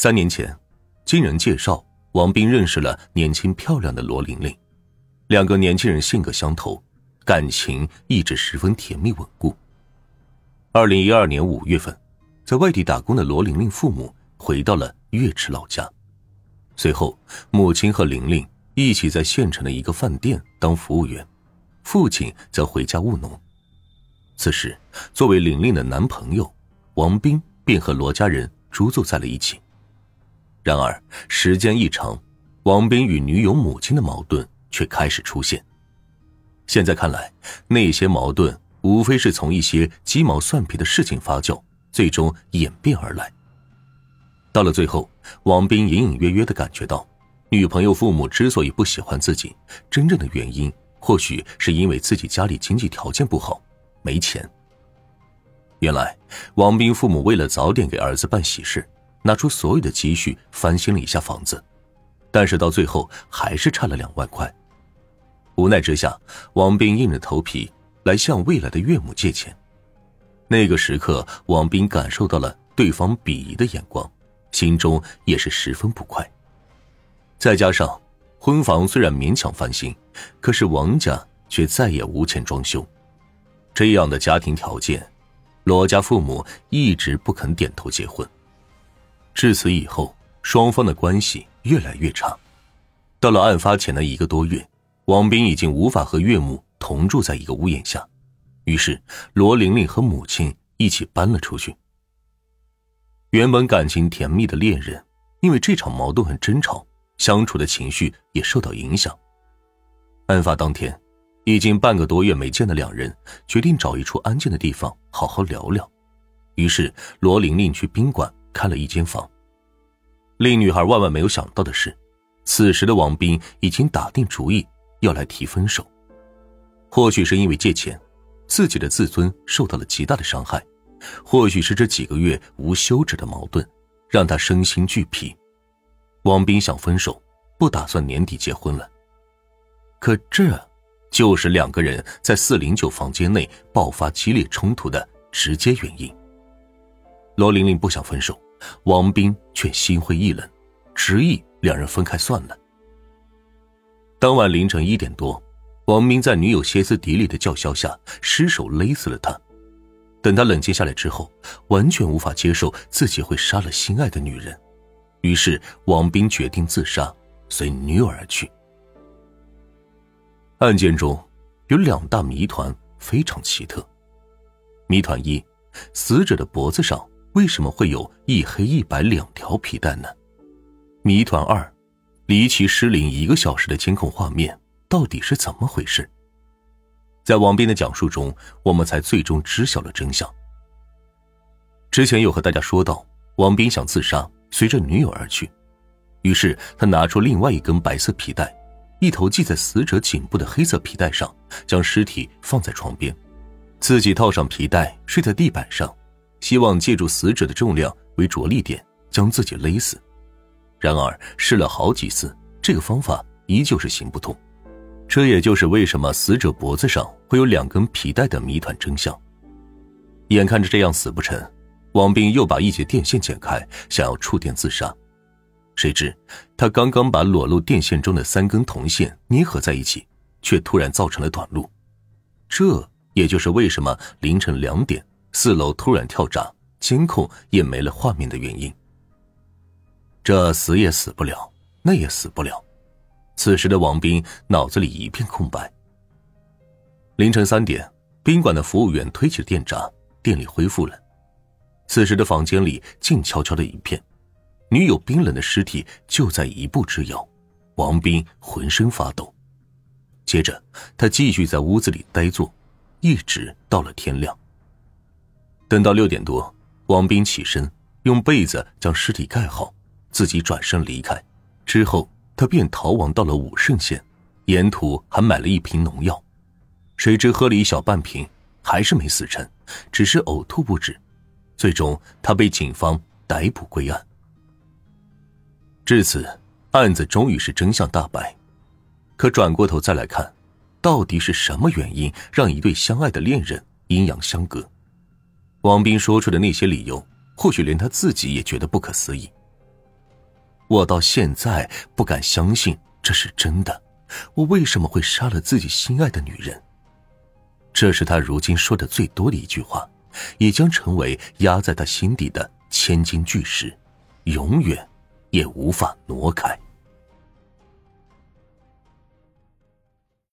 3年前，经人介绍，王斌认识了年轻漂亮的罗玲玲，2个年轻人性格相投，感情一直十分甜蜜稳固。2012年5月份，在外地打工的罗玲玲父母回到了岳池老家，随后母亲和玲玲一起在县城的一个饭店当服务员，父亲则回家务农。此时作为玲玲的男朋友，王斌便和罗家人租住在了一起。然而时间一长，王斌与女友母亲的矛盾却开始出现。现在看来，那些矛盾无非是从一些鸡毛蒜皮的事情发酵，最终演变而来。到了最后，王斌隐隐约约地感觉到，女朋友父母之所以不喜欢自己，真正的原因或许是因为自己家里经济条件不好，没钱。原来王斌父母为了早点给儿子办喜事，拿出所有的积蓄翻新了一下房子，但是到最后还是差了2万块。无奈之下，王斌硬着头皮来向未来的岳母借钱。那个时刻，王斌感受到了对方鄙夷的眼光，心中也是十分不快。再加上婚房虽然勉强翻新，可是王家却再也无钱装修。这样的家庭条件，罗家父母一直不肯点头结婚。至此以后，双方的关系越来越差。到了案发前的1个多月，王斌已经无法和岳母同住在一个屋檐下，于是罗玲玲和母亲一起搬了出去。原本感情甜蜜的恋人，因为这场矛盾和争吵，相处的情绪也受到影响。案发当天，已经半个多月没见的2人决定找一处安静的地方好好聊聊。于是罗玲玲去宾馆开了一间房。令女孩万万没有想到的是，此时的王斌已经打定主意要来提分手。或许是因为借钱，自己的自尊受到了极大的伤害，或许是这几个月无休止的矛盾让他身心俱疲。王斌想分手，不打算年底结婚了。可这就是2个人在409房间内爆发激烈冲突的直接原因。罗玲玲不想分手，王斌却心灰意冷，执意2人分开算了。当晚凌晨1点多，王斌在女友歇斯底里的叫嚣下失手勒死了她。等他冷静下来之后，完全无法接受自己会杀了心爱的女人，于是王斌决定自杀，随女友而去。案件中有2大谜团非常奇特。谜团1，死者的脖子上为什么会有一黑一白2条皮带呢？谜团2，离奇失灵1个小时的监控画面到底是怎么回事？在王斌的讲述中，我们才最终知晓了真相。之前有和大家说到，王斌想自杀，随着女友而去，于是他拿出另外一根白色皮带，一头系在死者颈部的黑色皮带上，将尸体放在床边，自己套上皮带睡在地板上，希望借助死者的重量为着力点将自己勒死。然而试了好几次，这个方法依旧是行不通。这也就是为什么死者脖子上会有2根皮带的谜团真相。眼看着这样死不成，王斌又把一节电线剪开，想要触电自杀。谁知他刚刚把裸露电线中的3根铜线捏合在一起，却突然造成了短路。这也就是为什么凌晨2点4楼突然跳闸，监控也没了画面的原因。这死也死不了，那也死不了。此时的王斌脑子里一片空白。凌晨3点，宾馆的服务员推起了电闸，电力恢复了。此时的房间里静悄悄的一片，女友冰冷的尸体就在1步之遥。王斌浑身发抖。接着他继续在屋子里呆坐，一直到了天亮。等到6点多，王斌起身，用被子将尸体盖好，自己转身离开。之后他便逃亡到了武胜县，沿途还买了一瓶农药。谁知喝了一小半瓶，还是没死成，只是呕吐不止。最终他被警方逮捕归案。至此，案子终于是真相大白。可转过头再来看，到底是什么原因让一对相爱的恋人阴阳相隔？王斌说出的那些理由，或许连他自己也觉得不可思议。 我到现在不敢相信这是真的，我为什么会杀了自己心爱的女人？这是他如今说的最多的一句话，也将成为压在他心底的千斤巨石，永远也无法挪开。